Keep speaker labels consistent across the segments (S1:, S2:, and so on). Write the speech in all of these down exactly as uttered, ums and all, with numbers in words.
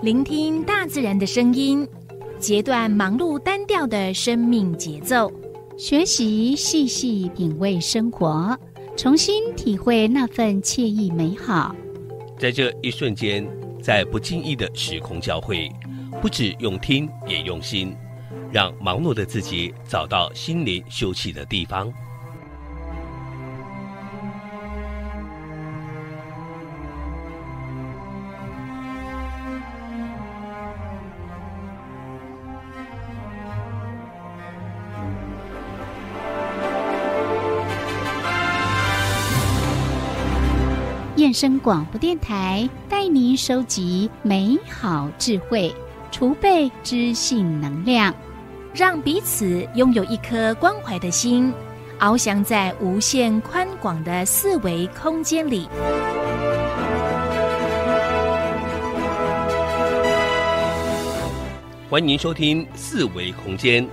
S1: 聆听大自然的声音，截断忙碌单调的生命节奏，
S2: 学习细细品味生活，重新体会那份惬意美好。
S3: 在这一瞬间，在不经意的时空交汇，不只用听也用心，让忙碌的自己找到心灵休憩的地方。
S2: 燕声广播电台带您收集美好智慧，储备知性能量，
S1: 让彼此拥有一颗关怀的心，翱翔在无限宽广的四维空间里。
S3: 欢迎收听四维空间。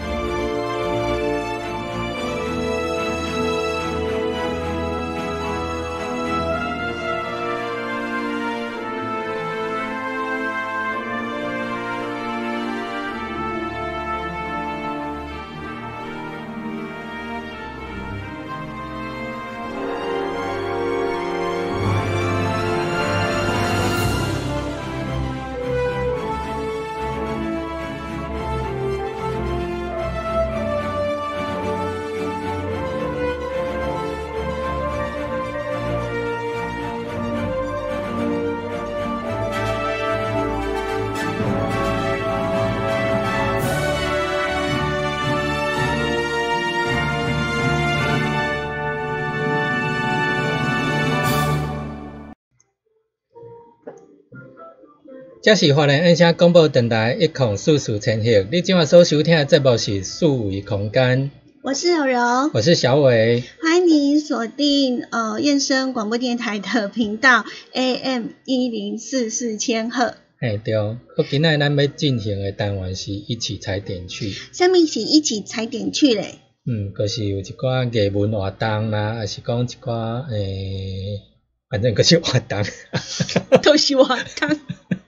S4: 这是华人音声广播电台一零四四千赫，你今晚所收听的节目是四维空间。
S5: 我是柔柔，
S4: 我是小伟，
S5: 欢迎您锁定呃燕声广播电台的频道 A M 一零四四千赫。
S4: 嘿对，我今仔咱要进行的单元是一起踩点去。
S5: 什么是一起踩点去嘞？
S4: 嗯，就是有一寡艺文活动啦，还是讲一寡诶，反正就是活动，
S5: 都是活动。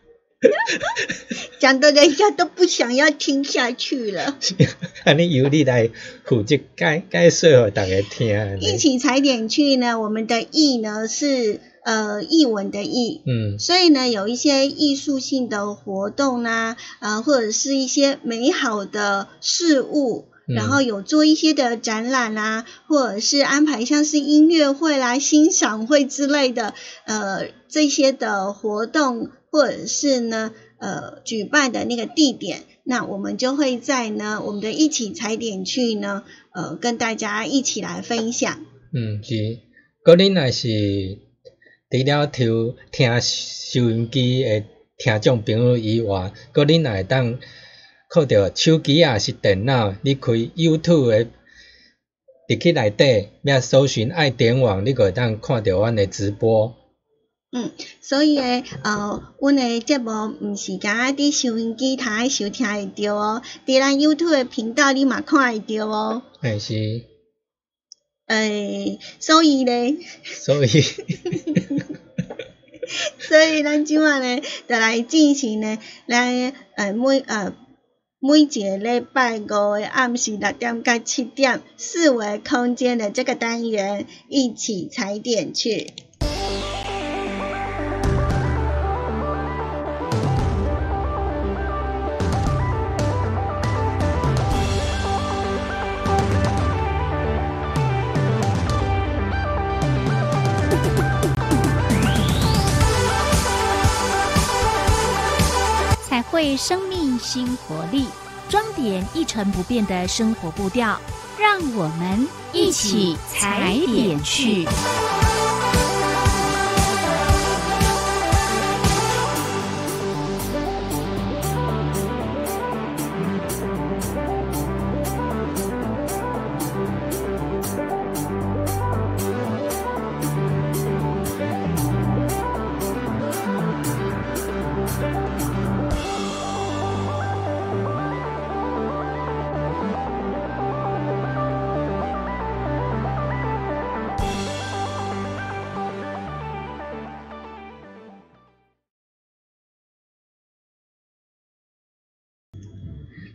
S5: 讲的人家都不想要听下去了。
S4: 安尼由你来负责解解说给大家听。
S5: 一起踩点去呢，我们的艺呢是呃艺文的艺，嗯，所以呢有一些艺术性的活动啦，呃或者是一些美好的事物。然后有做一些的展览啦，或者是安排像是音乐会啦、欣赏会之类的，呃，这些的活动，或者是呢，呃，举办的那个地点，那我们就会在呢我们的一起踩点去呢，呃，跟大家一起来分享。嗯，
S4: 是。嗰恁若是除了听听收音机的听众朋友以外，嗰恁若会当靠着手机啊是电脑，你开 YouTube 的，入去内底，要搜寻爱点网，你就会当看到阮的直播。
S5: 嗯，所以诶，呃，阮的节目毋是敢伫收音机台收听会到哦，伫咱 YouTube 的频道你嘛看会到哦。
S4: 诶是。
S5: 诶，所以咧。
S4: 所以。
S5: 所以咱即晚呢，就来进行呢，咱呃每呃。每一个礼拜五的暗时六点到七点，四维空间的这个单元，一起踩点去。
S1: 彩绘生命新活力，装点一成不变的生活步调，
S2: 让我们一起踩点去。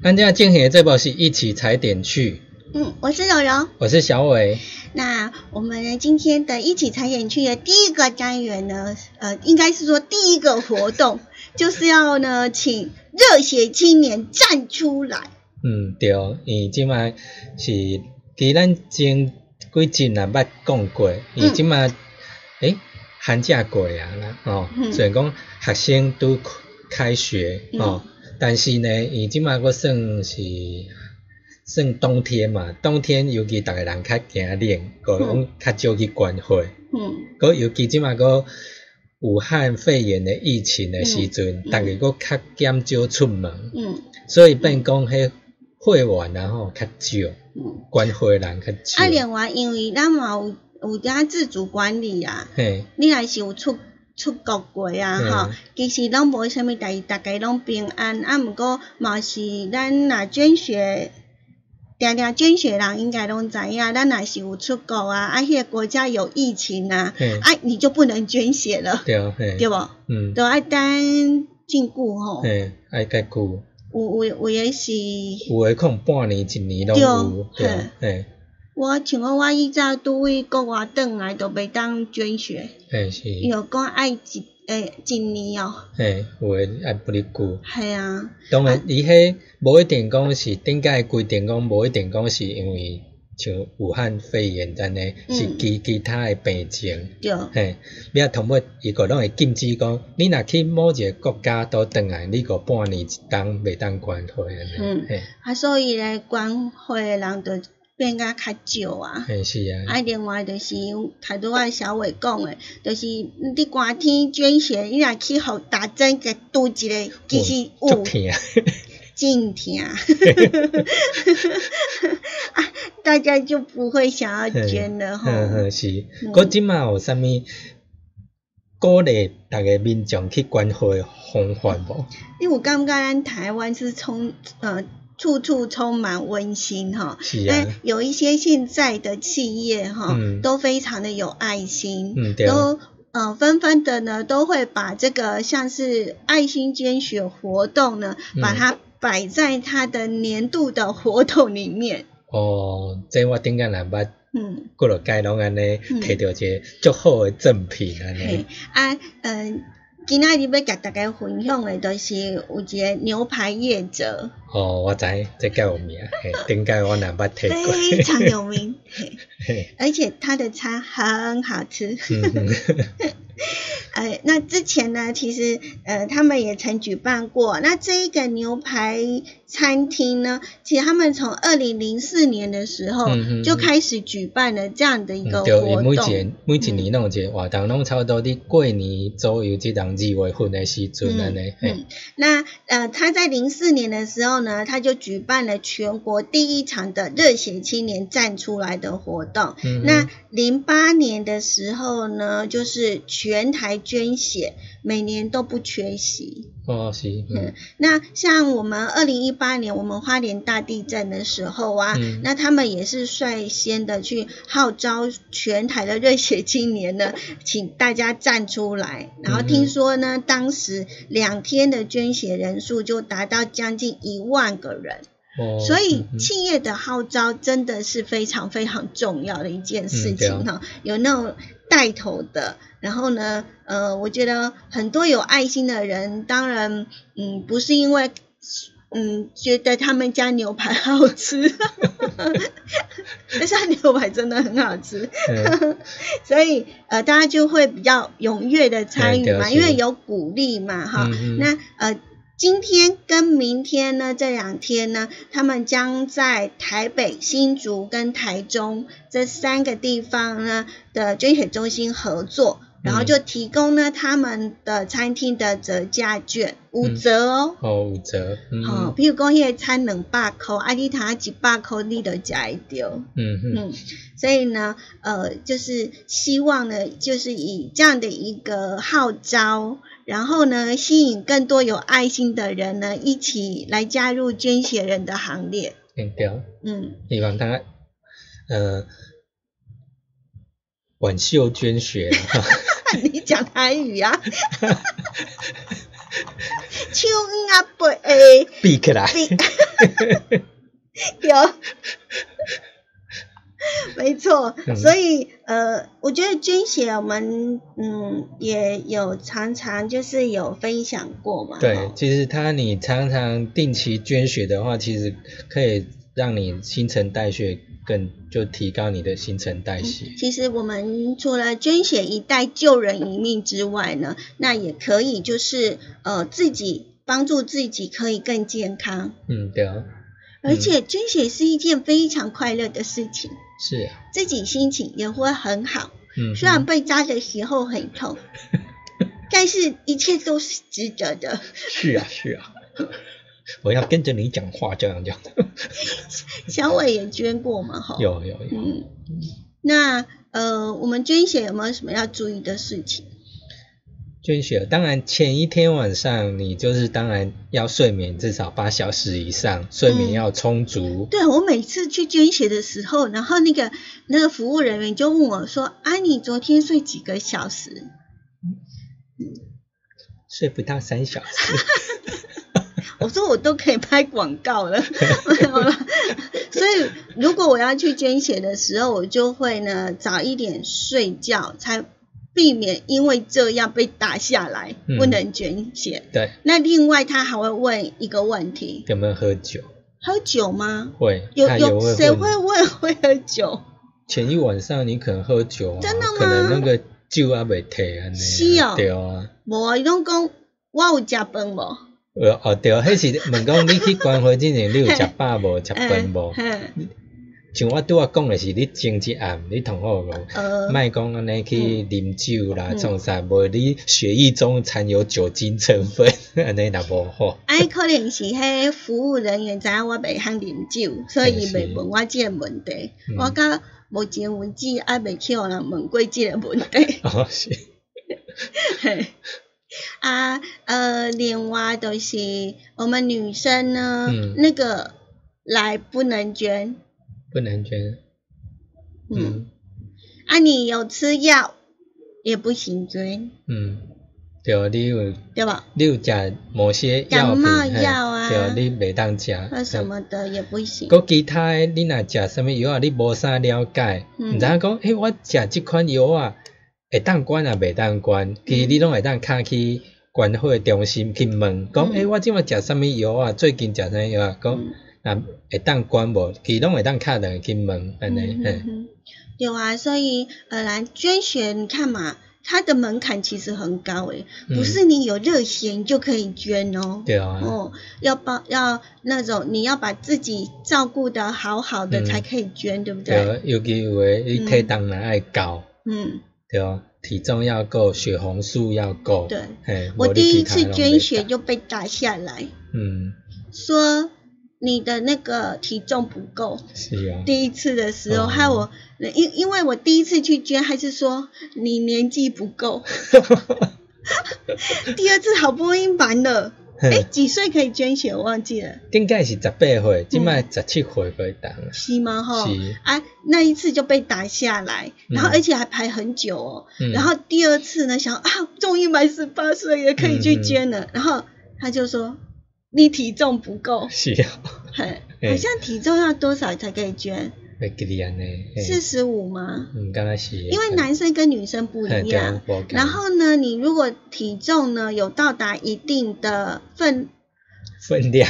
S4: 咱这进行的这部是一起踩点去。
S5: 嗯，我是柔柔，
S4: 我是小伟。
S5: 那我们今天的一起踩点去的第一个单元呢，呃，应该是说第一个活动，就是要呢请热血青年站出来。
S4: 嗯，对，因为即摆是其实咱前几集也捌讲过，因为即摆诶寒假过啊啦，哦，嗯、虽然讲学生都开学哦，嗯、但是呢，伊即摆佫算是。算冬天嘛，冬天尤其逐个人较惊冷，个讲较少去关会。嗯。个尤其即马个武汉肺炎的疫情的时阵，逐、嗯、个个较减少出门。嗯。所以变讲迄会员啊吼较少，嗯，关会人较少。
S5: 啊，另外因为咱嘛有有遐自主管理啊，嘿，你若是有出出国过啊吼，其实拢无啥物代志，逐个拢平安。啊，毋过嘛是咱若捐血。定定捐血人应该拢知影，咱若是有出国啊，啊，迄个国家有疫情啊，啊，你就不能捐血了，
S4: 对，
S5: 对无？嗯，都爱等真久吼，
S4: 嘿，爱较久。
S5: 有有有诶是，
S4: 有诶可能半年一年拢有，对，嘿。
S5: 我像我我以前拄位国外转来，都袂当捐血，
S4: 嘿是，
S5: 伊就讲爱一诶一年哦，
S4: 嘿，有诶爱不哩久，
S5: 系啊。
S4: 当然，伊迄无一定讲是顶界规定讲，无一定讲是因为像武汉肺炎等诶，嗯、是其其他诶病情，
S5: 对，
S4: 嘿，要同尾伊个拢会禁止讲，你若去某一个国家倒转来，你个半年一当袂当关会安尼，
S5: 嗯，嘿，啊，所以咧关会诶人就。变甲较少啊，
S4: 嘿是啊，
S5: 啊，另外就是头拄仔小伟讲诶，就是你寒天捐血，你若去互打针，给拄一个，其实有真疼，啊，大家就不会想要捐了吼。
S4: 嗯嗯是，佮即马有啥物鼓励大家民众去关会方法无？
S5: 因为我感觉咱台湾是从呃。处处充满温馨哈，
S4: 是啊，
S5: 有一些现在的企业哈，嗯、都非常的有爱心，
S4: 嗯、
S5: 都呃纷纷的呢，都会把这个像是爱心捐血活动呢，嗯、把它摆在它的年度的活动里面。
S4: 哦，这我顶间来捌，嗯，过落街拢安尼摕到一个足好的赠品安尼。
S5: 啊，嗯。今仔日要甲大家分享的，就是有一个牛排业者。
S4: 哦，我知，这较有名，嘿，顶届我若捌听过。
S5: 非常有名，嘿，而且他的餐很好吃。嗯呃，那之前呢，其实呃，他们也曾举办过。那这一个牛排餐厅呢，其实他们从二零零四年的时候就开始举办了这样的一个活动。
S4: 嗯、每一每一年拢有一个活动，拢差不多伫过年左右，即当二月份的时阵安尼。
S5: 嗯，那呃，他在零四年的时候呢，他就举办了全国第一场的热血青年站出来的活动。嗯、那零八年的时候呢，就是全台捐血，每年都不缺席。
S4: 哦，是。嗯。
S5: 嗯那像我们二零一八年我们花莲大地震的时候啊，嗯、那他们也是率先的去号召全台的热血青年呢，请大家站出来。然后听说呢，嗯、当时两天的捐血人数就达到将近一万个人。哦、所以企业的号召真的是非常非常重要的一件事情哈，嗯、有那种带头的，然后呢，呃，我觉得很多有爱心的人，当然，嗯，不是因为，嗯，觉得他们家牛排好吃，但是牛排真的很好吃，嗯、所以呃，大家就会比较踊跃的参与嘛，因为有鼓励嘛，哈，嗯、那呃。今天跟明天呢，这两天呢，他们将在台北、新竹跟台中这三个地方呢的捐血中心合作，然后就提供呢他们的餐厅的折价券，五折哦。
S4: 嗯、哦，五折。
S5: 嗯。哦，譬如讲，迄个餐两百块，啊，你他一百块你就食会到。嗯嗯。所以呢，呃，就是希望呢，就是以这样的一个号召。然后呢，吸引更多有爱心的人呢，一起来加入捐血人的行列。
S4: 嗯，对。嗯，希望他呃挽袖捐血。
S5: 你讲台语啊？手啊背诶，
S4: 比起来。
S5: 有。没错，所以呃，我觉得捐血我们嗯也有常常就是有分享过嘛。
S4: 对，其实它你常常定期捐血的话，其实可以让你新陈代谢更就提高你的新陈代谢。
S5: 嗯、其实我们除了捐血一代救人一命之外呢，那也可以就是呃自己帮助自己可以更健康。
S4: 嗯，对啊。
S5: 而且捐血是一件非常快乐的事情，
S4: 是啊，
S5: 自己心情也会很好。
S4: 嗯，
S5: 虽然被扎的时候很痛，但是一切都是值得的。
S4: 是啊，是啊，我要跟着你讲话，这样讲。
S5: 小伟也捐过嘛，哈。
S4: 有有有。
S5: 嗯，那呃，我们捐血有没有什么要注意的事情？
S4: 捐血，当然前一天晚上你就是当然要睡眠至少八小时以上，睡眠要充足。
S5: 嗯、对，我每次去捐血的时候，然后那个那个服务人员就问我说：“啊，你昨天睡几个小时？”
S4: 嗯、睡不到三小时。
S5: 我说我都可以拍广告了，所以如果我要去捐血的时候，我就会呢早一点睡觉，才避免因为这样被打下来，嗯、不能捐血。
S4: 对。
S5: 那另外他还会问一个问题：
S4: 有没有喝酒？
S5: 喝酒吗？
S4: 会。
S5: 有有谁会问会喝酒？
S4: 前一晚上你可能喝酒啊，
S5: 真的吗？
S4: 可能那个酒还没退啊。
S5: 是哦。
S4: 对啊。
S5: 无啊，伊拢讲我有食饭无？
S4: 呃哦对，迄是问讲你去关怀之前，你有食饱无？食饭无？像我拄仔讲的是，你前一暗你同好无，莫讲安尼去啉酒啦，创啥，无你血液中含有酒精成分，安尼若无好。
S5: 哎，可能是迄服务人员知影我袂晓啉酒，所以伊袂问我即个问题。嗯、我到目前为止还袂去互人问过即个问题。
S4: 哦，是。
S5: 啊，呃，另外就是我们女生呢，嗯、那个来不能捐，
S4: 不能捐。
S5: 嗯，嗯啊，你有吃药也不行捐。
S4: 嗯，对，你有
S5: 对吧？
S4: 你有食某些
S5: 感冒药啊，
S4: 对，你袂当食。
S5: 啊什么的也不行。
S4: 佮其他的，你若食什么药啊？你无啥了解，毋、嗯、知影讲，诶，我食即款药啊。会当捐也袂当捐，其实你拢会当敲去捐血中心去问，讲诶、嗯欸，我即摆食啥物药啊？最近食啥物药啊？讲啊会当捐无？其实拢会当敲人去问，安尼嘿。
S5: 有啊，所以呃，来捐血，你看嘛，它的门槛其实很高诶，不是你有热血你就可以捐哦。
S4: 对啊。
S5: 哦，要帮要那种你要把自己照顾得好好的才可以捐，嗯、对不对？
S4: 对，尤其有诶，你体重若爱高。嗯。对哦，体重要够，血红素要够。
S5: 对，我第一次捐血就被打下来，嗯，说你的那个体重不够。
S4: 是啊。
S5: 第一次的时候，害、哦、我，因因为我第一次去捐，还是说你年纪不够。第二次好不容易满了。哎、欸，几岁可以捐血？我忘记了。
S4: 应该是十八岁，现在十七岁可以当。
S5: 是吗？哈。
S4: 是。
S5: 啊，那一次就被打下来，然后而且还排很久哦。嗯、然后第二次呢，想啊，终于满十八岁了，可以去捐了。嗯、然后他就说，你体重不够。
S4: 是啊。
S5: 嘿，好像体重要多少才可以捐？四十五吗？
S4: 嗯，刚才是。
S5: 因为男生跟女生不一样。然后呢，你如果体重呢有到达一定的分
S4: 分量，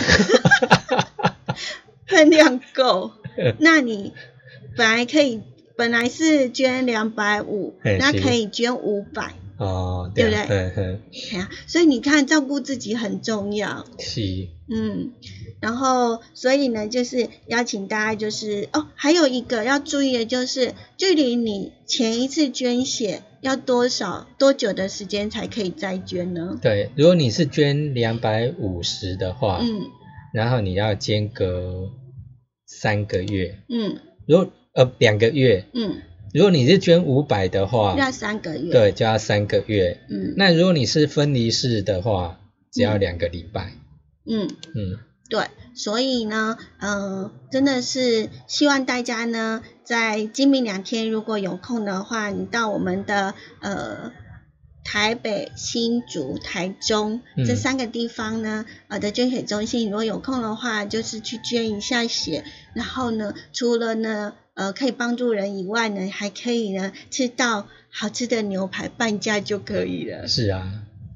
S5: 分量够，那你本来可以本来是捐两百五，那可以捐五百。
S4: 哦，
S5: 对不对？
S4: 嗯嗯。
S5: 对啊，所以你看，照顾自己很重要。
S4: 是。
S5: 嗯，然后所以呢，就是邀请大家，就是哦，还有一个要注意的就是，距离你前一次捐血要多少多久的时间才可以再捐呢？
S4: 对，如果你是捐两百五十的话，嗯，然后你要间隔三个月，嗯，如果呃两个月，嗯。如果你是捐五百的话，
S5: 要三个月，
S4: 对，就要三个月。嗯，那如果你是分离式的话，只要两个礼拜。嗯
S5: 嗯，对，所以呢，呃，真的是希望大家呢，在今明两天如果有空的话，你到我们的呃台北、新竹、台中、嗯、这三个地方呢，呃的捐血中心，如果有空的话，就是去捐一下血。然后呢，除了呢，呃，可以帮助人以外呢，还可以呢吃到好吃的牛排，半价就可以了。
S4: 是啊。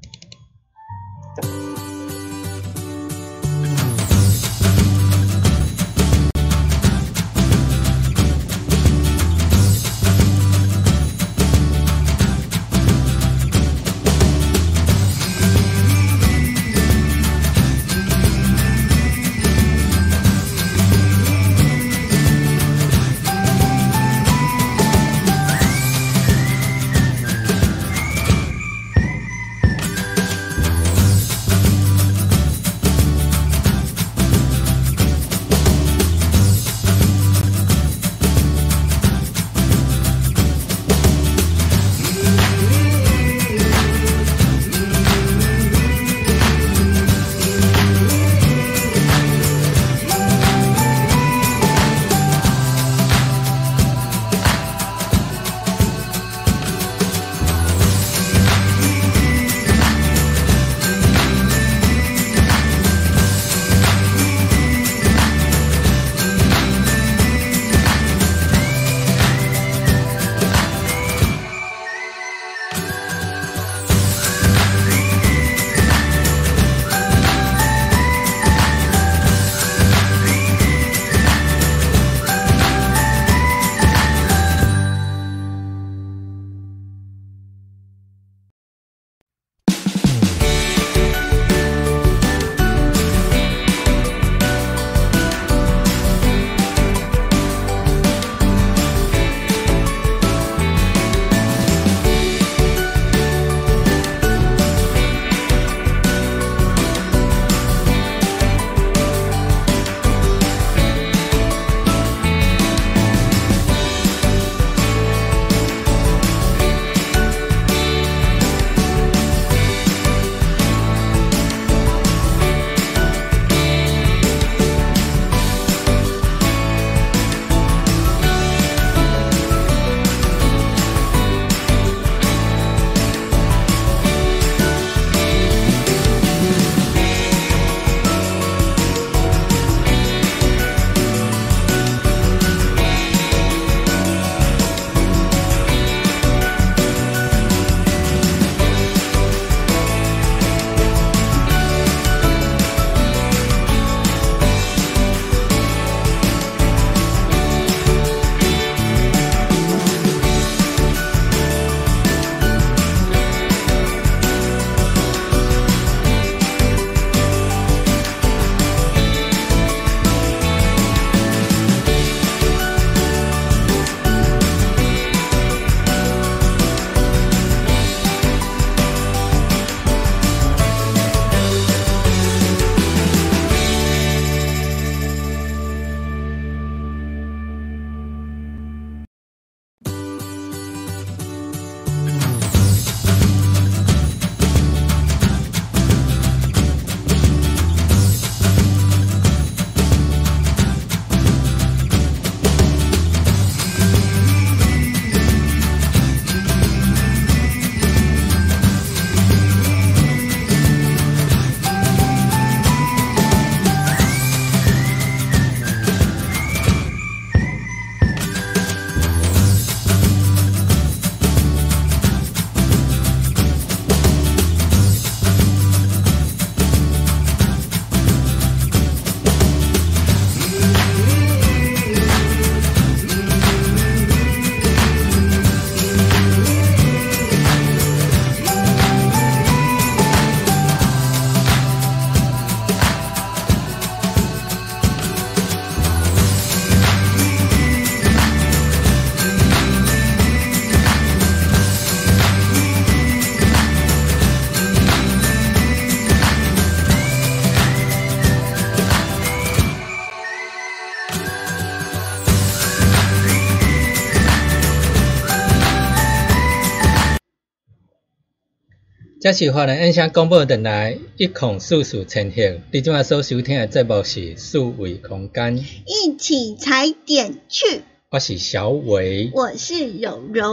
S4: 这是华人音响广播电台一零四四千赫，你今仔所收听的节目是数位空间，
S5: 一起踩点去。
S4: 我是小伟，
S5: 我是柔柔。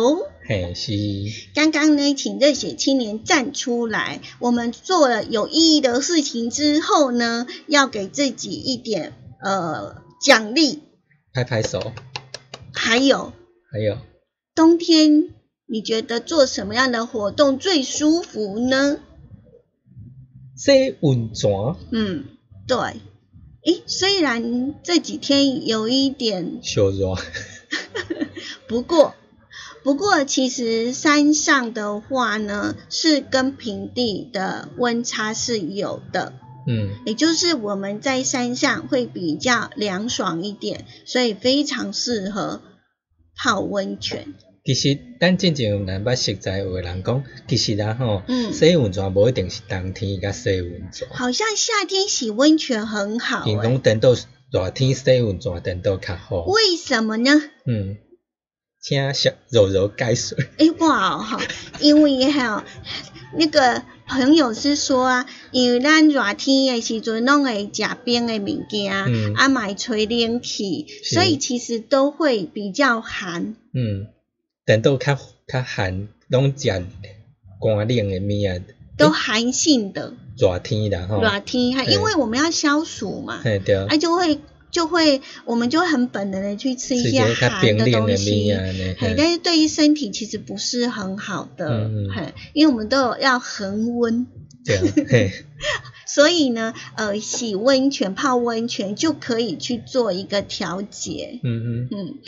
S4: 嘿，是。
S5: 刚刚呢，请热血青年站出来，我们做了有意义的事情之后呢，要给自己一点呃奖励，
S4: 拍拍手。
S5: 还有，
S4: 还有，
S5: 冬天你觉得做什么样的活动最舒服呢？
S4: 洗温泉。
S5: 嗯，对。诶，虽然这几天有一点
S4: 小热，
S5: 不过。不过，其实山上的话呢，是跟平地的温差是有的，嗯，也就是我们在山上会比较凉爽一点，所以非常适合泡温泉。
S4: 其实，咱真正有人捌实在有的人讲，其实啊吼，嗯，洗温泉无一定是冬天甲洗温泉。
S5: 好像夏天洗温泉很好、欸，
S4: 因讲等到热天洗温泉等到较好。
S5: 为什么呢？嗯。
S4: 请小柔柔解水。
S5: 哎哇哈，因为哈那个朋友是说啊，因为咱热天的时阵拢会食冰的物件，嗯、啊买吹冷气，所以其实都会比较寒。
S4: 嗯，等到较较寒，拢食寒冷的物啊，
S5: 都寒性的。
S4: 热天啦吼。
S5: 热天，因为我们要消暑嘛，
S4: 对，啊
S5: 就会。就会，我们就会很本能的去吃一些寒的东西，嘿，但是对于身体其实不是很好的，嗯、嘿，因为我们都有要恒温，
S4: 对、啊，嘿，
S5: 所以呢，呃，洗温泉、泡温泉就可以去做一个调节，嗯嗯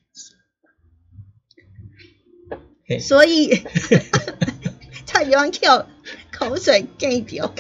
S5: 嗯，所以差点忘掉口水给掉。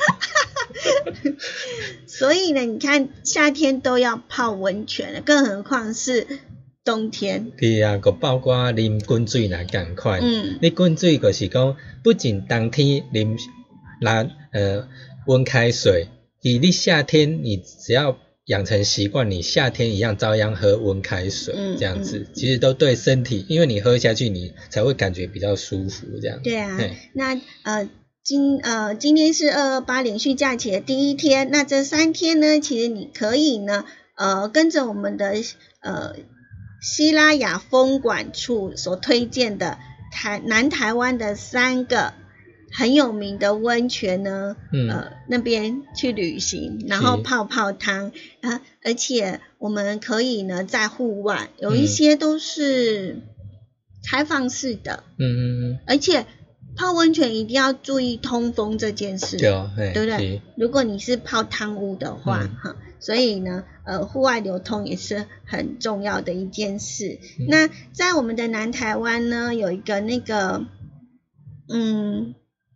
S5: 所以呢，你看夏天都要泡温泉了，更何况是冬天。
S4: 对啊，佮包括啉滚水啦，同款。嗯，你滚水就是讲，不仅冬天啉拿呃温开水，以你夏天你只要养成习惯，你夏天一样照样喝温开水，嗯、这样子、嗯、其实都对身体，因为你喝下去，你才会感觉比较舒服，这样。
S5: 对啊，那呃。今呃今天是二二八连续假期的第一天，那这三天呢，其实你可以呢，呃，跟着我们的呃西拉雅风管处所推荐的台南台湾的三个很有名的温泉呢，嗯、呃那边去旅行，然后泡泡汤啊，而且我们可以呢在户外，有一些都是开放式的，嗯嗯嗯，而且。泡温泉一定要注意通风这件事，对，对不对？如果你是泡汤屋的话，哈、嗯，所以呢，呃，户外流通也是很重要的一件事。嗯、那在我们的南台湾呢，有一个那个，嗯，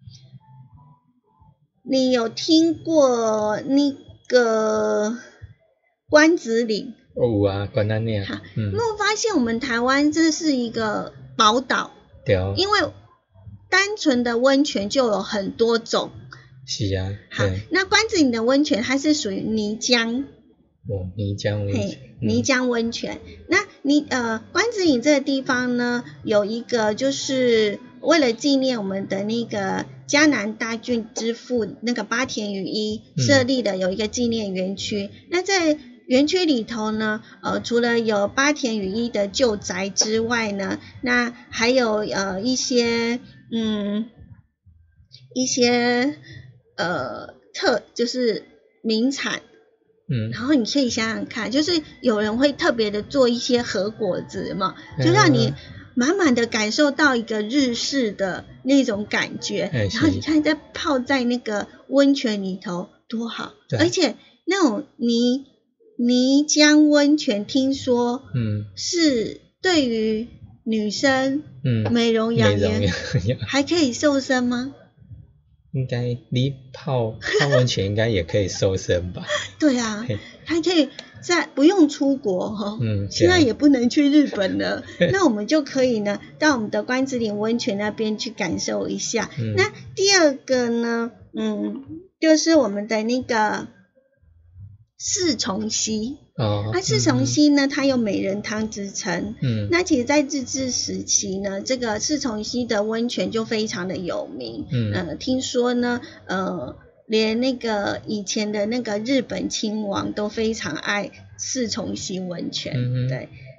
S5: 你有听过那个关子岭？
S4: 哦啊，关那念。
S5: 好，嗯，有没有发现我们台湾这是一个宝岛？
S4: 对，
S5: 因为单纯的温泉就有很多种，
S4: 是啊。
S5: 好，那关子岭的温泉它是属于泥浆，
S4: 哦，泥浆温泉，
S5: 嗯、泥浆温泉。那你呃关子岭这个地方呢，有一个就是为了纪念我们的那个嘉南大郡之父那个八田羽衣设立的有一个纪念园区。嗯、那在园区里头呢，呃，除了有八田羽衣的旧宅之外呢，那还有呃一些。嗯，一些呃特就是名产，嗯，然后你可以想想看，就是有人会特别的做一些和果子嘛，就让你满满的感受到一个日式的那种感觉，嗯、然后你看在泡在那个温泉里头多好，而且那种泥泥浆温泉，听说嗯是对于女生嗯美容养颜，还可以瘦身吗？
S4: 应该你泡泡温泉应该也可以瘦身吧？
S5: 对啊，还可以在不用出国哈，嗯，现在也不能去日本了，那我们就可以呢到我们的关子岭温泉那边去感受一下。嗯、那第二个呢，嗯，就是我们的那个四重溪。哦，那四重溪呢，它有美人汤之称。嗯，那其实，在日治时期呢，这个四重溪的温泉就非常的有名。嗯，呃，听说呢，呃，连那个以前的那个日本亲王都非常爱四重溪温泉。嗯，对。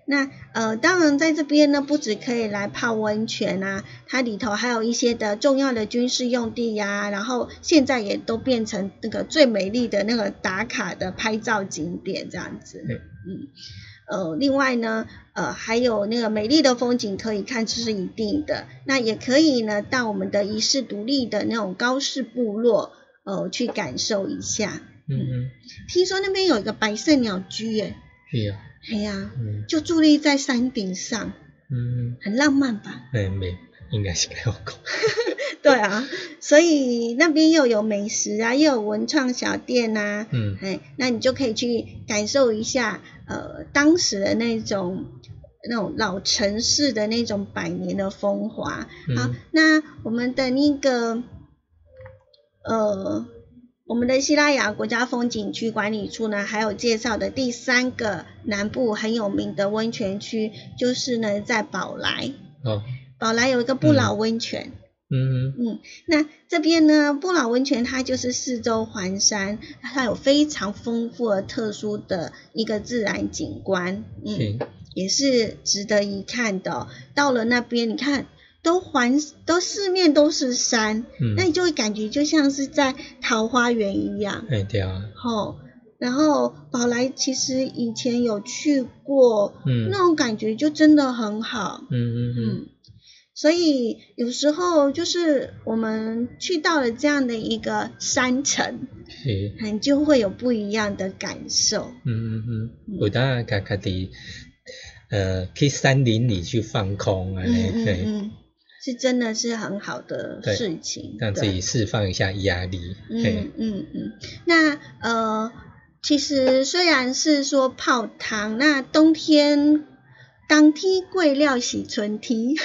S5: 那呃，当然在这边呢，不只可以来泡温泉啊，它里头还有一些的重要的军事用地呀、啊，然后现在也都变成那个最美丽的那个打卡的拍照景点这样子。嗯嗯，呃，另外呢，呃，还有那个美丽的风景可以看，这是一定的。那也可以呢，到我们的遗世独立的那种高士部落，呃，去感受一下。
S4: 嗯嗯，
S5: 听说那边有一个白色鸟居耶。
S4: 是啊。
S5: 哎呀、啊嗯，就伫立在山顶上，嗯，很浪漫吧？
S4: 哎，没，应该是没有过。
S5: 对啊，所以那边又有美食啊，又有文创小店啊，嗯，哎，那你就可以去感受一下，呃，当时的那种那种老城市的那种百年的风华。嗯、好，那我们的那个，呃。我们的西拉雅国家风景区管理处呢，还有介绍的第三个南部很有名的温泉区，就是呢在宝来。哦，宝来有一个不老温泉。嗯嗯，那这边呢，不老温泉它就是四周环山，它有非常丰富而特殊的一个自然景观，嗯，也是值得一看的、哦。到了那边，你看。都环都四面都是山、嗯，那你就会感觉就像是在桃花源一样。哎，对啊。哦，然后宝来其实以前有去过，嗯，那种感觉就真的很好。嗯嗯嗯。所以有时候就是我们去到了这样的一个山城，嗯，就会有不一样的感受。嗯嗯
S4: 嗯。有当家家己呃去山林里去放空啊，嗯嗯嗯。
S5: 是真的是很好的事情，
S4: 让自己释放一下压力。
S5: 嗯嗯嗯。那呃，其实虽然是说泡汤，那冬天当天贵料洗春天。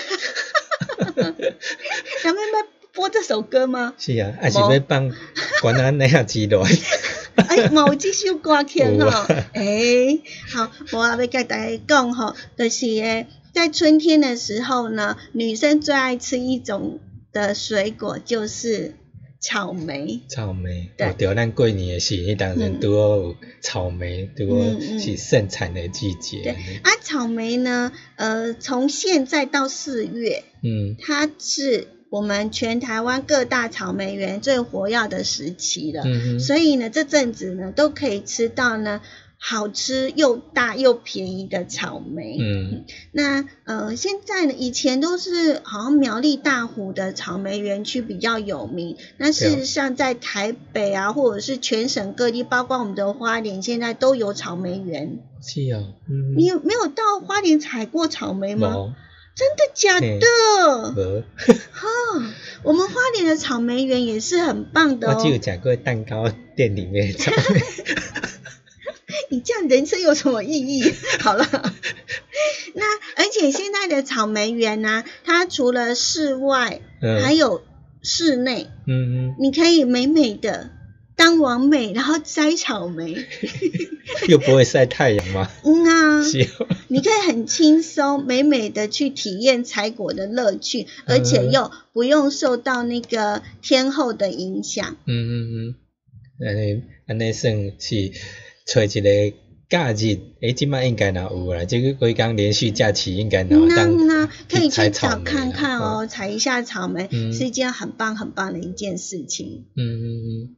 S5: 咱们要播这首歌吗？
S4: 是啊，还是要放关安那样之类。
S5: 哎，冇这首歌听哦。哎，好，我要跟大家讲吼，就是诶。在春天的时候呢，女生最爱吃一种的水果就是草莓。
S4: 草莓，对，对，咱过年的时候，当然都有草莓，都是盛产的季节。
S5: 对，啊，草莓呢，呃，从现在到四月，嗯，它是我们全台湾各大草莓园最活跃的时期了。嗯，所以呢，这阵子呢，都可以吃到呢。好吃又大又便宜的草莓，嗯，那呃现在呢，以前都是好像苗栗大湖的草莓园区比较有名，那事实上在台北啊，或者是全省各地，包括我们的花莲，现在都有草莓园。
S4: 是啊，嗯，
S5: 你有没有到花莲采过草莓吗？真的假的？没。哈，我们花莲的草莓园也是很棒的哦。
S4: 我只有讲过蛋糕店里面的草莓。
S5: 你这样人生有什么意义？好了，那而且现在的草莓园呢、啊，它除了室外，嗯、还有室内，嗯嗯，你可以美美的当网美，然后摘草莓，
S4: 又不会晒太阳吗？
S5: 嗯啊，你可以很轻松美美的去体验采果的乐趣，而且又不用受到那个天候的影响。嗯嗯嗯，
S4: 安尼安尼算是。找一个假日，诶，即摆应该若有啦，这个几天连续假期应该若当
S5: 可以去找看看哦，采一下草莓、嗯、是一件很棒很棒的一件事情。嗯嗯嗯。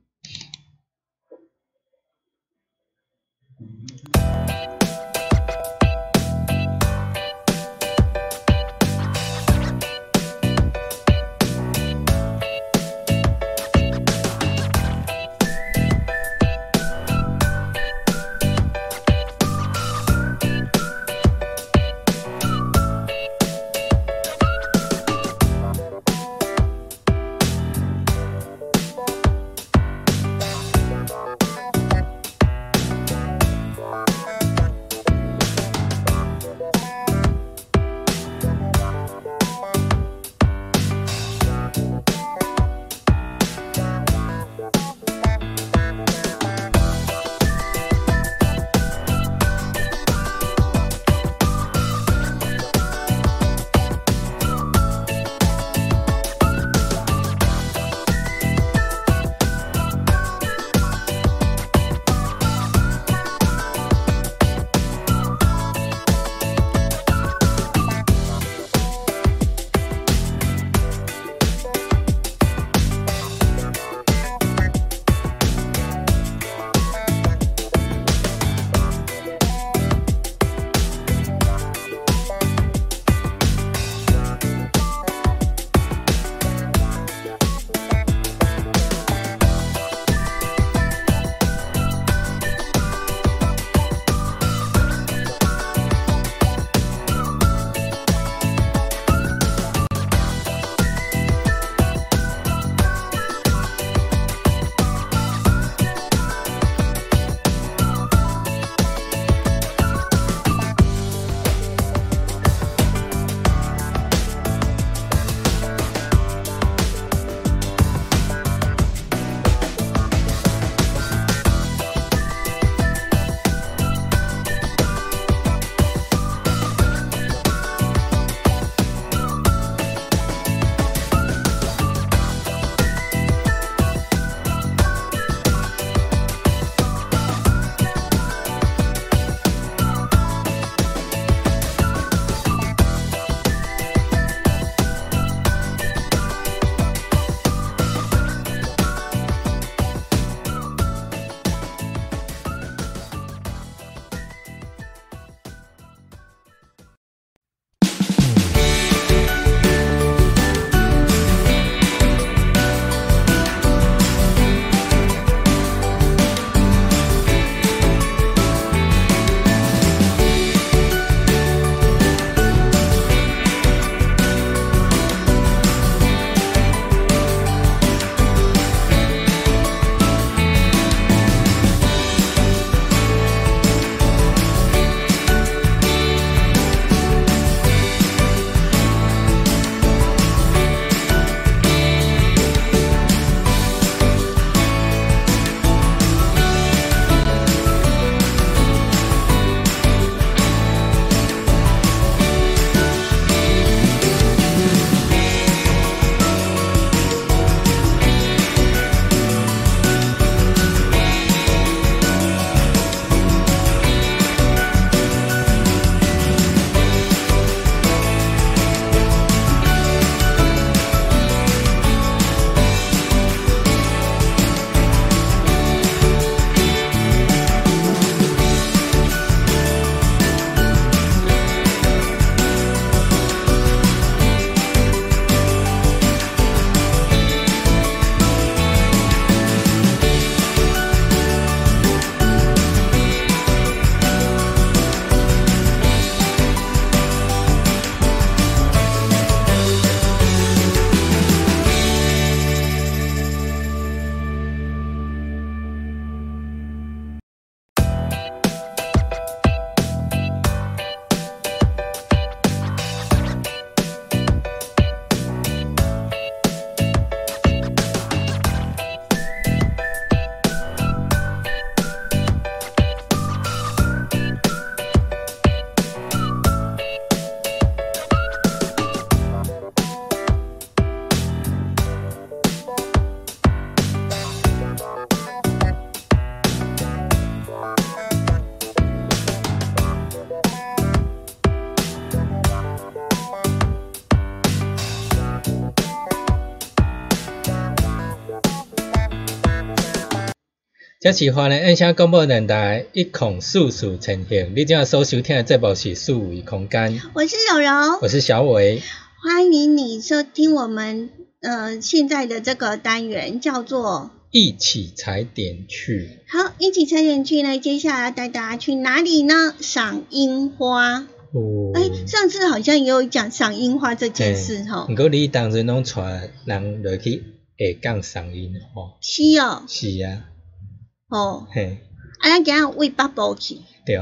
S4: 这是华人音响广播电台一孔四四呈现，你今仔所收听的节目是数维空间，
S5: 我是柔柔，
S4: 我是小伟，
S5: 欢迎你收听我们呃现在的这个单元叫做
S4: 一起踩点去。
S5: 好，一起踩点去呢，接下来带大家去哪里呢？赏樱花。哦，哎，上次好像也有讲赏樱花这件事吼。
S4: 不过你当时拢带人落去下港赏樱花。
S5: 是哦。
S4: 是啊。
S5: 哦。
S4: 嘿。
S5: 啊，咱今日喂北部去。
S4: 对。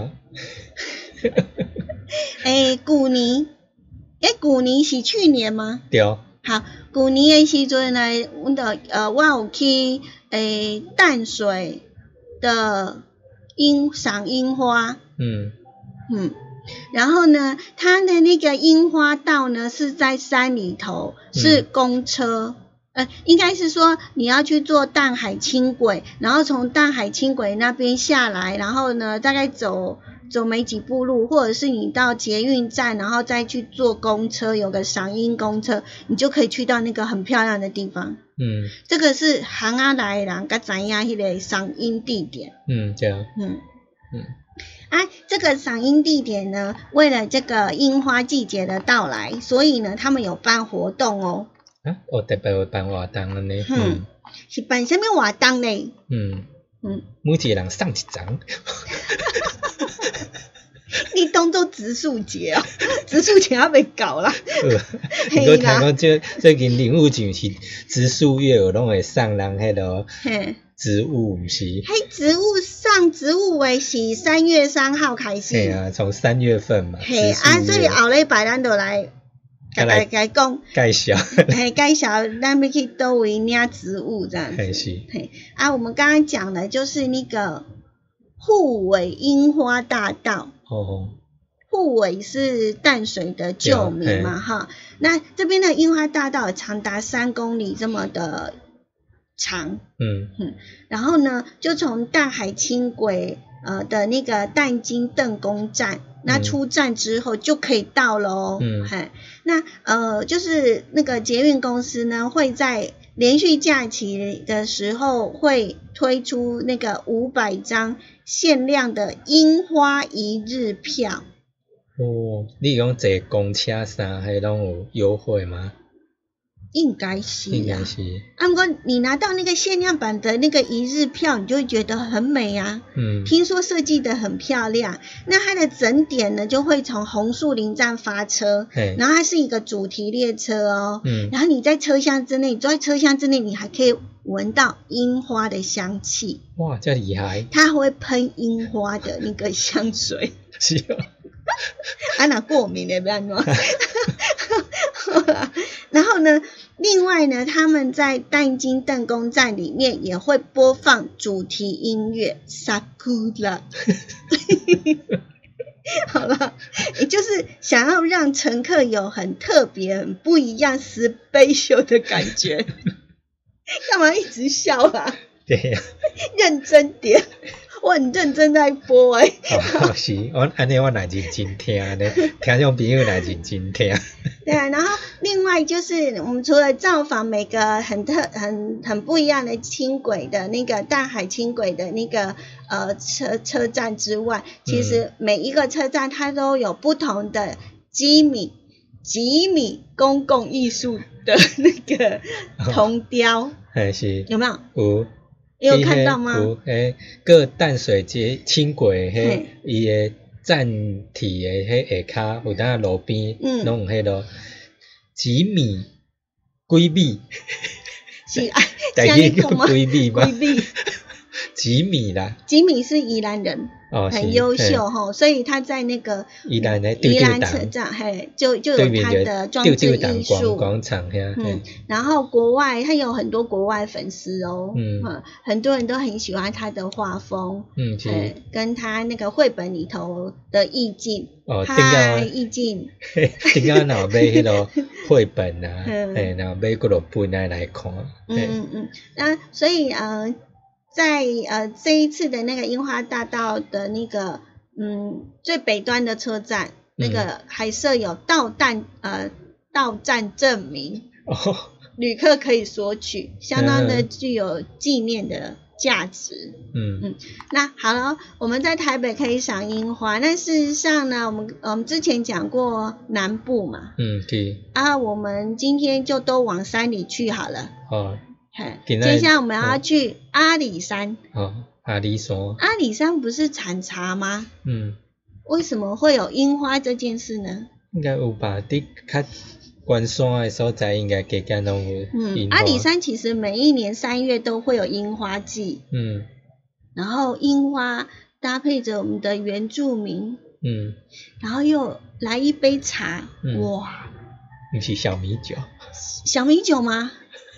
S5: 诶，旧年，诶，旧年是去年吗？
S4: 对。
S5: 好，旧年的时阵呢，阮就呃，我有去诶淡水的樱赏樱花。嗯。嗯。然后呢，它的那个樱花道呢是在山里头，是公车，嗯、呃，应该是说你要去坐淡海轻轨，然后从淡海轻轨那边下来，然后呢大概走走没几步路，或者是你到捷运站，然后再去坐公车，有个赏樱公车，你就可以去到那个很漂亮的地方。嗯，这个是行啊来人甲知影迄个赏樱地点。嗯，这样。嗯嗯。啊，这个赏樱地点呢，为了这个樱花季节的到来，所以呢，他们有办活动哦。
S4: 啊，哦，特别有办活动了呢。
S5: 嗯，是办什么活动呢？
S4: 嗯嗯，每一个人送一张。
S5: 你当做植树节哦，植树节还没搞啦。
S4: 你搁听讲最最近林务局是植树月，有拢会送人迄落。嘿。植物不是，
S5: 嘿，植物上植物诶是三月三号开始。
S4: 对啊，从三月份嘛。
S5: 嘿啊，所以后礼拜咱就来，甲大家讲
S4: 介绍，
S5: 嘿，介绍咱要去倒位领植物这样子。
S4: 嘿是。
S5: 嘿啊，我们刚刚讲的就是那个滬尾樱花大道。哦。滬尾是淡水的旧名嘛，哈。那这边的樱花大道长达三公里这么的长，嗯嗯，然后呢，就从淡海轻轨呃的那个淡金邓公站，那出站之后就可以到了哦，嗯，嘿，那呃就是那个捷运公司呢会在连续假期的时候会推出那个五百张限量的樱花一日票。
S4: 哦，你讲坐公车啥还拢有优惠吗？
S5: 应该是、啊，
S4: 应该是。
S5: 啊，不过你拿到那个限量版的那个一日票，你就会觉得很美啊。嗯。听说设计的很漂亮，那它的整点呢，就会从红树林站发车，然后它是一个主题列车哦。嗯。然后你在车厢之内，你坐在车厢之内，你还可以闻到樱花的香气。
S4: 哇，这厉害！
S5: 它会喷樱花的那个香水。
S4: 是啊。
S5: 啊，那过敏的不要弄。然后呢，另外呢，他们在淡金邓公站里面也会播放主题音乐 Sakura。好了，也就是想要让乘客有很特别、很不一样 special 的感觉。干嘛一直笑啊？
S4: 对呀、啊，
S5: 认真点。我很认真在播诶、欸
S4: 哦，是，我安尼我乃认真听呢，听众朋友乃认真听。
S5: 对啊，然后另外就是我们除了造访每个很特、很很不一样的轻轨的那个淡海轻轨的那个呃车车站之外，其实每一个车站它都有不同的几米几米公共艺术的那个铜雕，
S4: 还、哦、是
S5: 有没有？
S4: 有。
S5: 你有看到吗？
S4: 有诶，个淡水街轻轨迄伊诶站体诶迄下骹有当路边，嗯，拢有迄落几米几米，
S5: 是啊，台语叫
S4: 几米吗？
S5: 几米，
S4: 几米啦。
S5: 几米是宜兰人。哦，很优秀哈，所以他在那个
S4: 宜兰的
S5: 宜兰车站，嘿，就就有他的装置艺术
S4: 广场，
S5: 嗯，然后国外他有很多国外粉丝哦，嗯，嗯很多人都很喜欢他的画风，嗯，是跟他那个绘本里头的意境，哦，嗨，意境，
S4: 顶下若买迄个绘本啊，嘿，然后买几落本来来看，
S5: 嗯嗯嗯，那所以呃。在呃这一次的那个樱花大道的那个嗯最北端的车站，嗯、那个还设有到站呃到站证明，哦，旅客可以索取，相当的具有纪念的价值。
S4: 嗯
S5: 嗯，那好了，我们在台北可以赏樱花，那事实上呢，我们我们之前讲过南部嘛，
S4: 嗯对，
S5: 啊，我们今天就都往山里去好了。
S4: 哦，
S5: 接下来我们要去阿里山。
S4: 哦，阿里山。
S5: 阿里山不是产茶吗？
S4: 嗯。
S5: 为什么会有樱花这件事呢？
S4: 应该有吧，伫较关山的所在，应该加加拢有樱花。
S5: 嗯，阿里山其实每一年三月都会有樱花季。
S4: 嗯。
S5: 然后樱花搭配着我们的原住民。
S4: 嗯。然
S5: 后又来一杯茶，
S4: 嗯、
S5: 哇！
S4: 你是小米酒？
S5: 小米酒吗？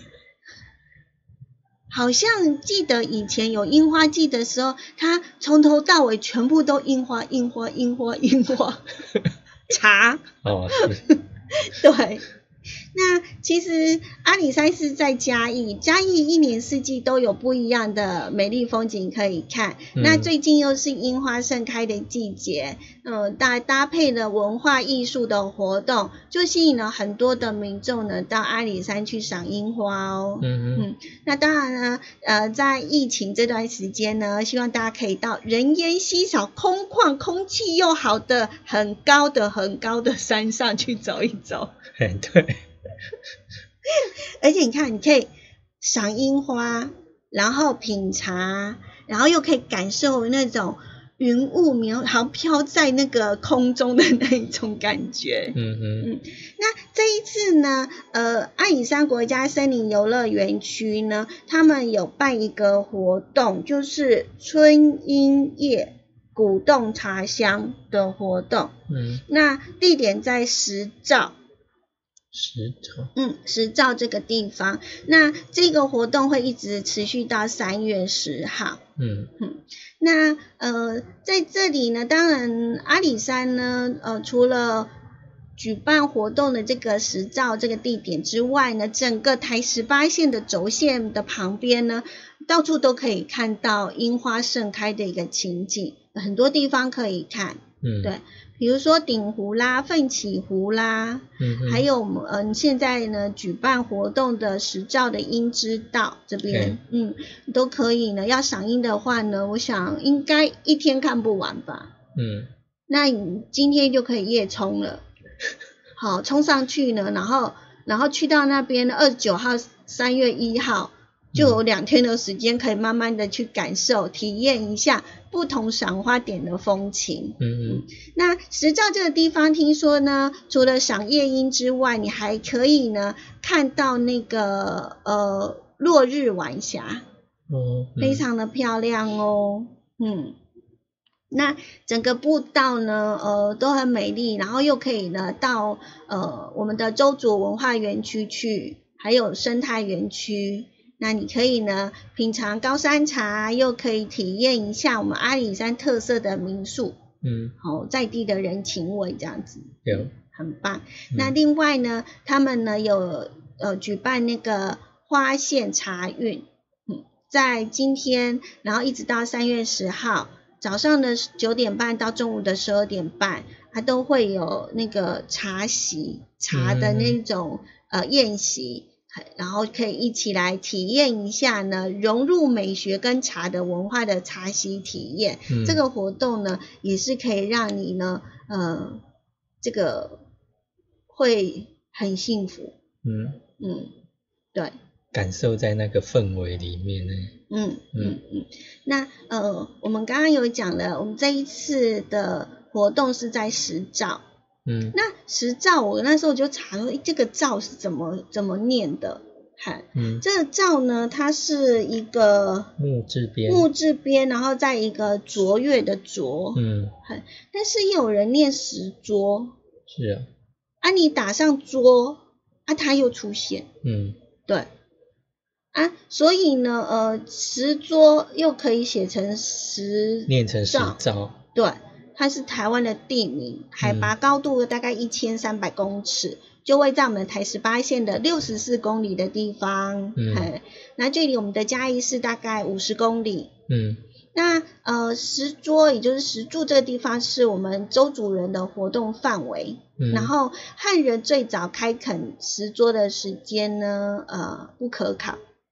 S5: 好像记得以前有樱花季的时候，它从头到尾全部都樱花，樱花，樱花，樱花，茶。
S4: 哦，
S5: 对。那其实阿里山是在嘉义，嘉义一年四季都有不一样的美丽风景可以看。嗯、那最近又是樱花盛开的季节，呃，搭搭配了文化艺术的活动，就吸引了很多的民众呢到阿里山去赏樱花哦。
S4: 嗯嗯。
S5: 那当然呢，呃，在疫情这段时间呢，希望大家可以到人烟稀少、空旷、空气又好的、很高的、很高的山上去走一走。
S4: 对。
S5: 而且你看，你可以赏樱花，然后品茶，然后又可以感受那种云雾渺好像飘在那个空中的那一种感觉。
S4: 嗯嗯。
S5: 那这一次呢，呃，阿里山国家森林游乐园区呢，他们有办一个活动，就是春樱夜鼓动茶香的活动。
S4: 嗯。
S5: 那地点在石棹。
S4: 石棹，
S5: 嗯，石棹这个地方，那这个活动会一直持续到三月十号。
S4: 嗯
S5: 嗯，那呃，在这里呢，当然阿里山呢，呃，除了举办活动的这个石棹这个地点之外呢，整个台十八线的轴线的旁边呢，到处都可以看到樱花盛开的一个情景，很多地方可以看。
S4: 嗯，
S5: 对。比如说鼎湖啦、奋起湖啦，
S4: 嗯，
S5: 还有我们嗯现在呢举办活动的石棹的樱之道这边，嗯，都可以呢。要赏樱的话呢，我想应该一天看不完吧。
S4: 嗯，
S5: 那你今天就可以夜冲了，好，冲上去呢，然后然后去到那边二十九号、三月一号。就有两天的时间，可以慢慢的去感受、体验一下不同赏花点的风情。
S4: 嗯嗯。
S5: 那石棹这个地方，听说呢，除了赏夜樱之外，你还可以呢看到那个呃落日晚霞，
S4: 哦、嗯，
S5: 非常的漂亮哦。嗯，那整个步道呢，呃都很美丽，然后又可以呢到呃我们的周族文化园区去，还有生态园区。那你可以呢品尝高山茶，又可以体验一下我们阿里山特色的民宿，
S4: 嗯，
S5: 好、哦、在地的人情味这样子，
S4: 有
S5: 很棒。
S4: 嗯、
S5: 那另外呢，他们呢有呃举办那个花县茶运，嗯，在今天，然后一直到三月十号早上的九点半到中午的十二点半，它都会有那个茶席茶的那种、嗯、呃宴席。然后可以一起来体验一下呢，融入美学跟茶的文化的茶席体验。嗯、这个活动呢，也是可以让你呢，呃，这个会很幸福。
S4: 嗯
S5: 嗯，对，
S4: 感受在那个氛围里面呢。
S5: 嗯嗯嗯。那呃，我们刚刚有讲了，我们这一次的活动是在石棹。
S4: 嗯，
S5: 那石棹我那时候就查说，这个棹是怎么怎么念的？看，
S4: 嗯，
S5: 这个棹呢，它是一个
S4: 木字边，
S5: 木字边，然后在一个卓越的卓，
S4: 嗯，
S5: 但是也有人念石桌，
S4: 是啊，
S5: 啊，你打上桌，啊，它又出现，
S4: 嗯，
S5: 对，啊，所以呢，呃，石桌又可以写成石，
S4: 念成石棹，
S5: 对。它是台湾的地名，海拔高度大概一千三百公尺，嗯、就位在我们台十八线的六十四公里的地方。嗯，那距离我们的嘉义市大概五十公里。
S4: 嗯，
S5: 那呃石桌也就是石柱这个地方是我们周族人的活动范围。嗯，然后汉人最早开垦石桌的时间呢，呃不可考。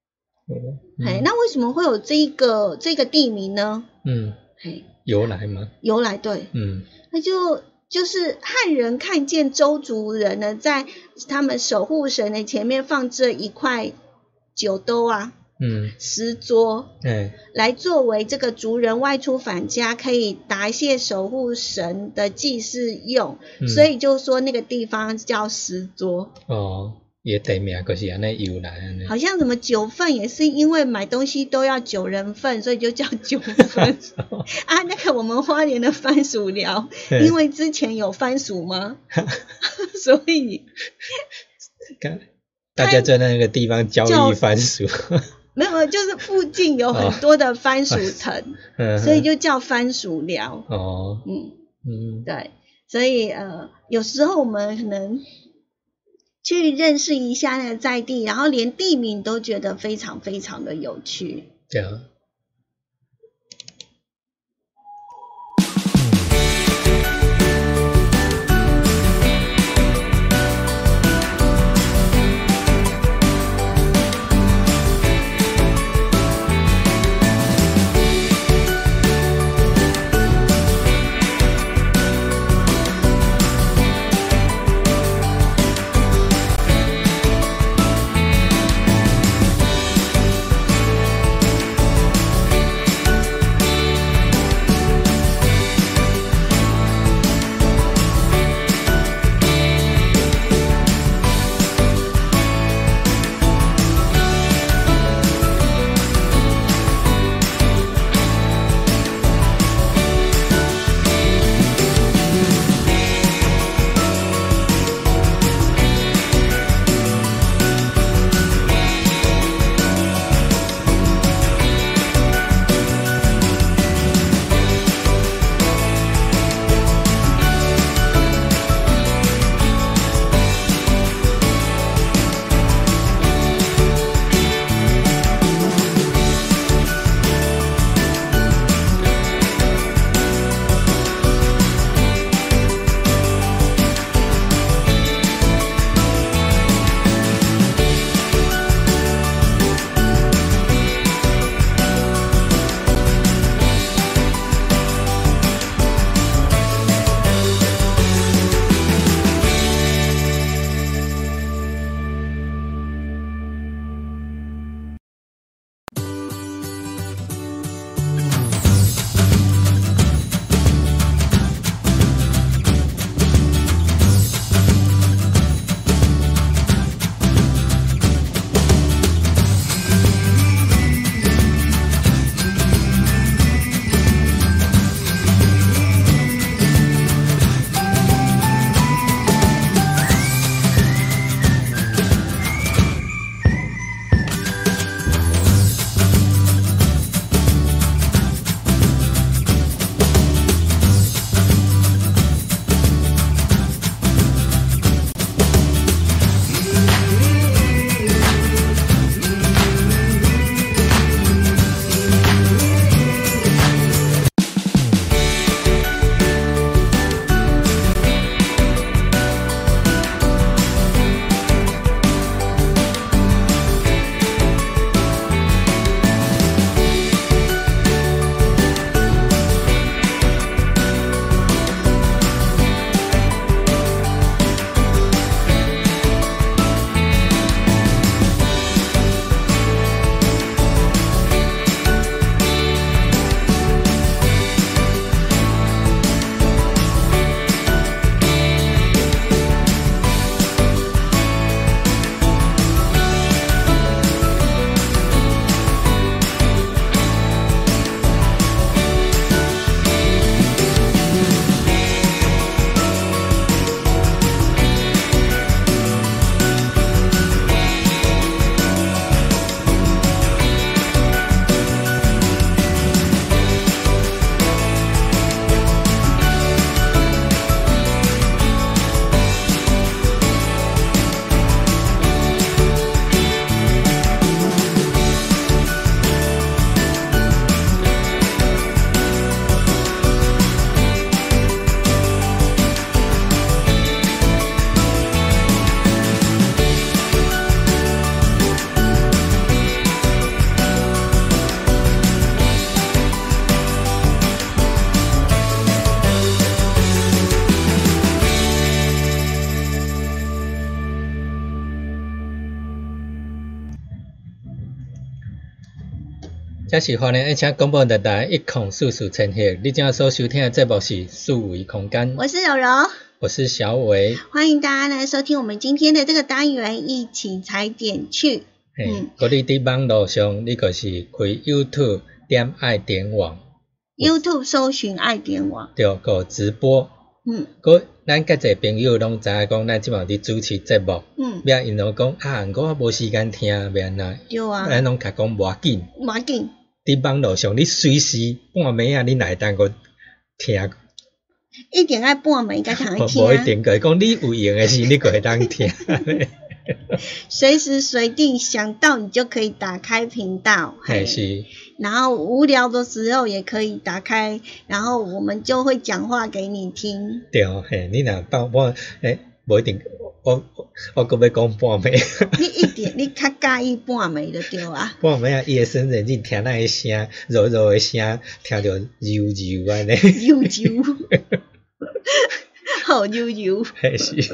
S4: 嗯，
S5: 哎，那为什么会有这个这个地名呢？
S4: 嗯，
S5: 哎，
S4: 由来吗？
S5: 由来对，
S4: 嗯，
S5: 那就就是汉人看见周族人呢，在他们守护神的前面放置一块酒兜啊。
S4: 嗯，
S5: 石桌，
S4: 哎，
S5: 来作为这个族人外出返家可以答谢守护神的祭祀用，嗯、所以就说那个地方叫石桌。
S4: 哦，也地名就是安尼由来安尼。
S5: 好像什么九份也是因为买东西都要九人份，所以就叫九份啊。那个我们花莲的番薯寮，因为之前有番薯吗？所以
S4: 大家在那个地方交易番薯。
S5: 没有，就是附近有很多的番薯藤，哦、所以就叫番薯寮。
S4: 哦，
S5: 嗯
S4: 嗯，
S5: 对，所以呃，有时候我们可能去认识一下那个在地，然后连地名都觉得非常非常的有趣。
S4: 对啊。 这是欢迎爱请广播电台一空四四千赫，你正所收听的节目是数维空间。
S5: 我是柔柔，
S4: 我是小伟，
S5: 欢迎大家来收听我们今天的这个单元，一起踩点去。
S4: 嗯，嗰你伫网络上，你就是开 YouTube 点爱点网
S5: ，YouTube 搜寻爱点网，
S4: 对，个直播。嗯，嗰咱介侪朋友拢知影讲，咱即马伫主持节目，嗯，要因拢讲啊，我无时间听，要安那？
S5: 对啊，
S4: 咱拢甲讲无要紧，
S5: 无要紧。
S4: 伫网络上，你随时半暝啊，你哪会当个听？
S5: 一定爱半暝才通听。
S4: 无一定个，讲你有闲的时，你个会当听。
S5: 随时随地想到你就可以打开频道，
S4: 嘿是。
S5: 然后无聊的时候也可以打开，然后我们就会讲话给你听。
S4: 对，嘿，你若半半诶，无一定，我我搁要讲半暝。
S5: 你一点，你较介意半暝就对啊。
S4: 半暝啊，伊会生人进听那个声，柔柔的声，听着柔柔安尼。
S5: 柔柔，好柔柔。
S4: 嘿是。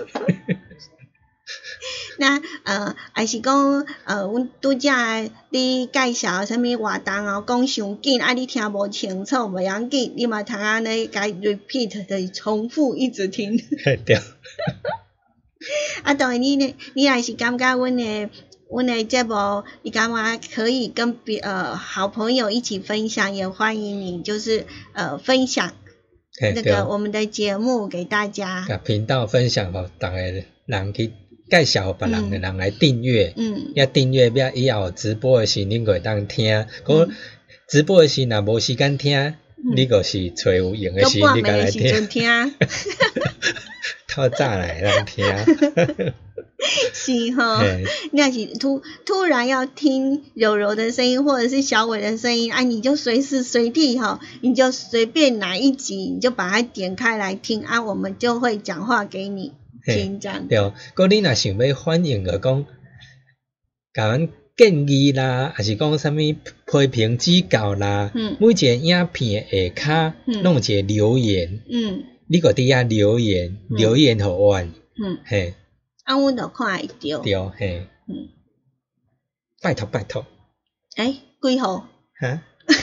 S5: 那呃，还是讲呃，阮拄则你介绍啥物活动哦，讲伤紧，啊，你听无清楚，袂要紧，你嘛通安尼甲 repeat 的重复一直听。
S4: 对。
S5: 啊，当然你呢，你若是感觉阮的阮的节目，你感觉可以跟别呃好朋友一起分享，也欢迎你就是呃分享那个我们的节目给大家。甲
S4: 频道分享互逐个人去。介绍别人的人来订阅，嗯，要订阅，要以后直播的时恁会当听，嗰、嗯、直播的时若无时间听，嗯、你就是找有用的时，你甲来听。
S5: 听
S4: 透早来当听。
S5: 是吼，你要是突突然要听柔柔的声音，或者是小伟的声音，啊，你就随时随地哈，你就随便哪一集，你就把它点开来听啊，我们就会讲话给你。
S4: 对，嗰你若想要反映个讲，甲阮建议啦，还是讲啥物批评指教啦，嗯、每一个影片下骹弄一个留言，嗯，你个伫遐留言，嗯、留言互阮，嗯，嘿，
S5: 啊，阮就看会到，
S4: 对，嘿，嗯，拜托拜托，
S5: 诶，几号？
S4: 哈？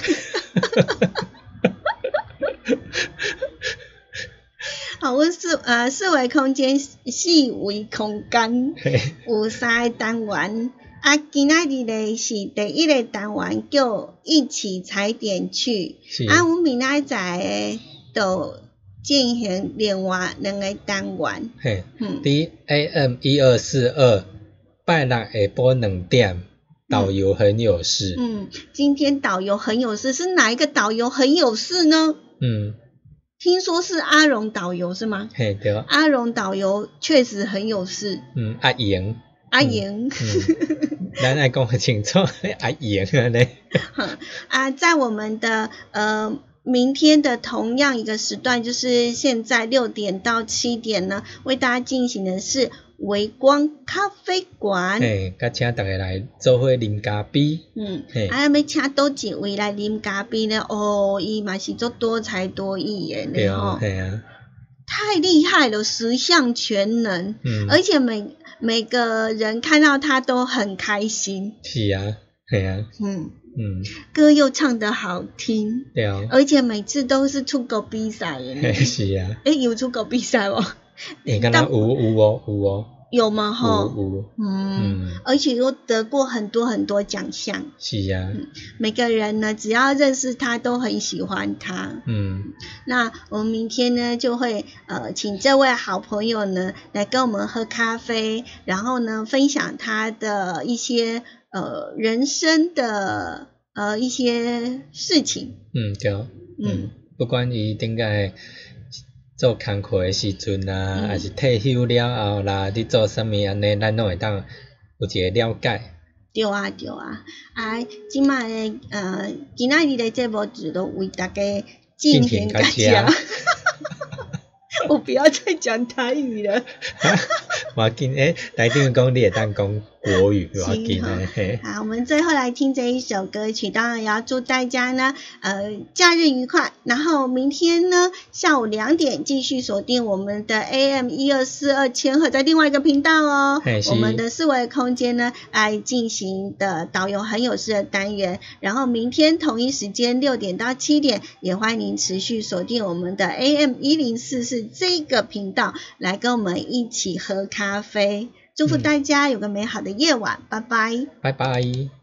S5: 好，阮四呃四维空间四维空间有三个单元，啊，今仔日咧是第一个单元叫一起踩点去，啊，阮明仔载就进行另外两个单元。
S4: 嘿，嗯 ，D A M 一二四二，拜六下晡两点，导游很有事。
S5: 嗯，今天导游很有事，是哪一个导游很有事呢？嗯。听说是阿荣导游是吗？
S4: 嘿，对。
S5: 阿荣导游确实很有事。
S4: 嗯，阿莹。
S5: 阿莹。
S4: 嗯，咱爱讲清楚，阿莹啊咧。
S5: 啊，在我们的呃明天的同样一个时段，就是现在六点到七点呢，为大家进行的是微光咖啡馆。
S4: 嘿，甲请大家来做伙啉咖啡。
S5: 嗯，啊，要请倒一位来啉咖啡呢？哦，伊嘛是做多才多艺的呢吼。
S4: 对啊。
S5: 太厉害了，十项全能。嗯。而且每每个人看到他都很开心。
S4: 是啊，对啊。嗯。
S5: 嗯，歌又唱得好听。
S4: 对啊。
S5: 而且每次都是出国比赛的呢。
S4: 是啊。
S5: 诶，有出国比赛哦？
S4: 诶，敢若有有哦有哦。
S5: 有吗？吼，
S4: 有有，
S5: 嗯，嗯，而且都得过很多很多奖项。
S4: 是啊、嗯，
S5: 每个人呢，只要认识他，都很喜欢他。嗯，那我们明天呢，就会呃，请这位好朋友呢，来跟我们喝咖啡，然后呢，分享他的一些呃人生的呃一些事情。
S4: 嗯，对，嗯，嗯不管伊顶个。做工课的时阵啊，还、嗯、是退休了后啦，你做啥物安尼，咱拢会当有一个了解。
S5: 对啊，对啊，啊，即摆诶，呃，今仔日的节目就都为大家进行感谢。我不要再讲台语了。
S4: 我紧诶，台顶讲你会当讲国语，我紧诶。
S5: 好，我们最后来听这一首歌曲，当然也要祝大家呢，呃，假日愉快。然后明天呢，下午两点继续锁定我们的 A M 一二四二千赫在另外一个频道哦。我们的四维空间呢，来进行的导游很有事的单元。然后明天同一时间六点到七点，也欢迎您持续锁定我们的 A M 一零四四这个频道，来跟我们一起喝咖啡。祝福大家有个美好的夜晚，拜拜，
S4: 拜拜。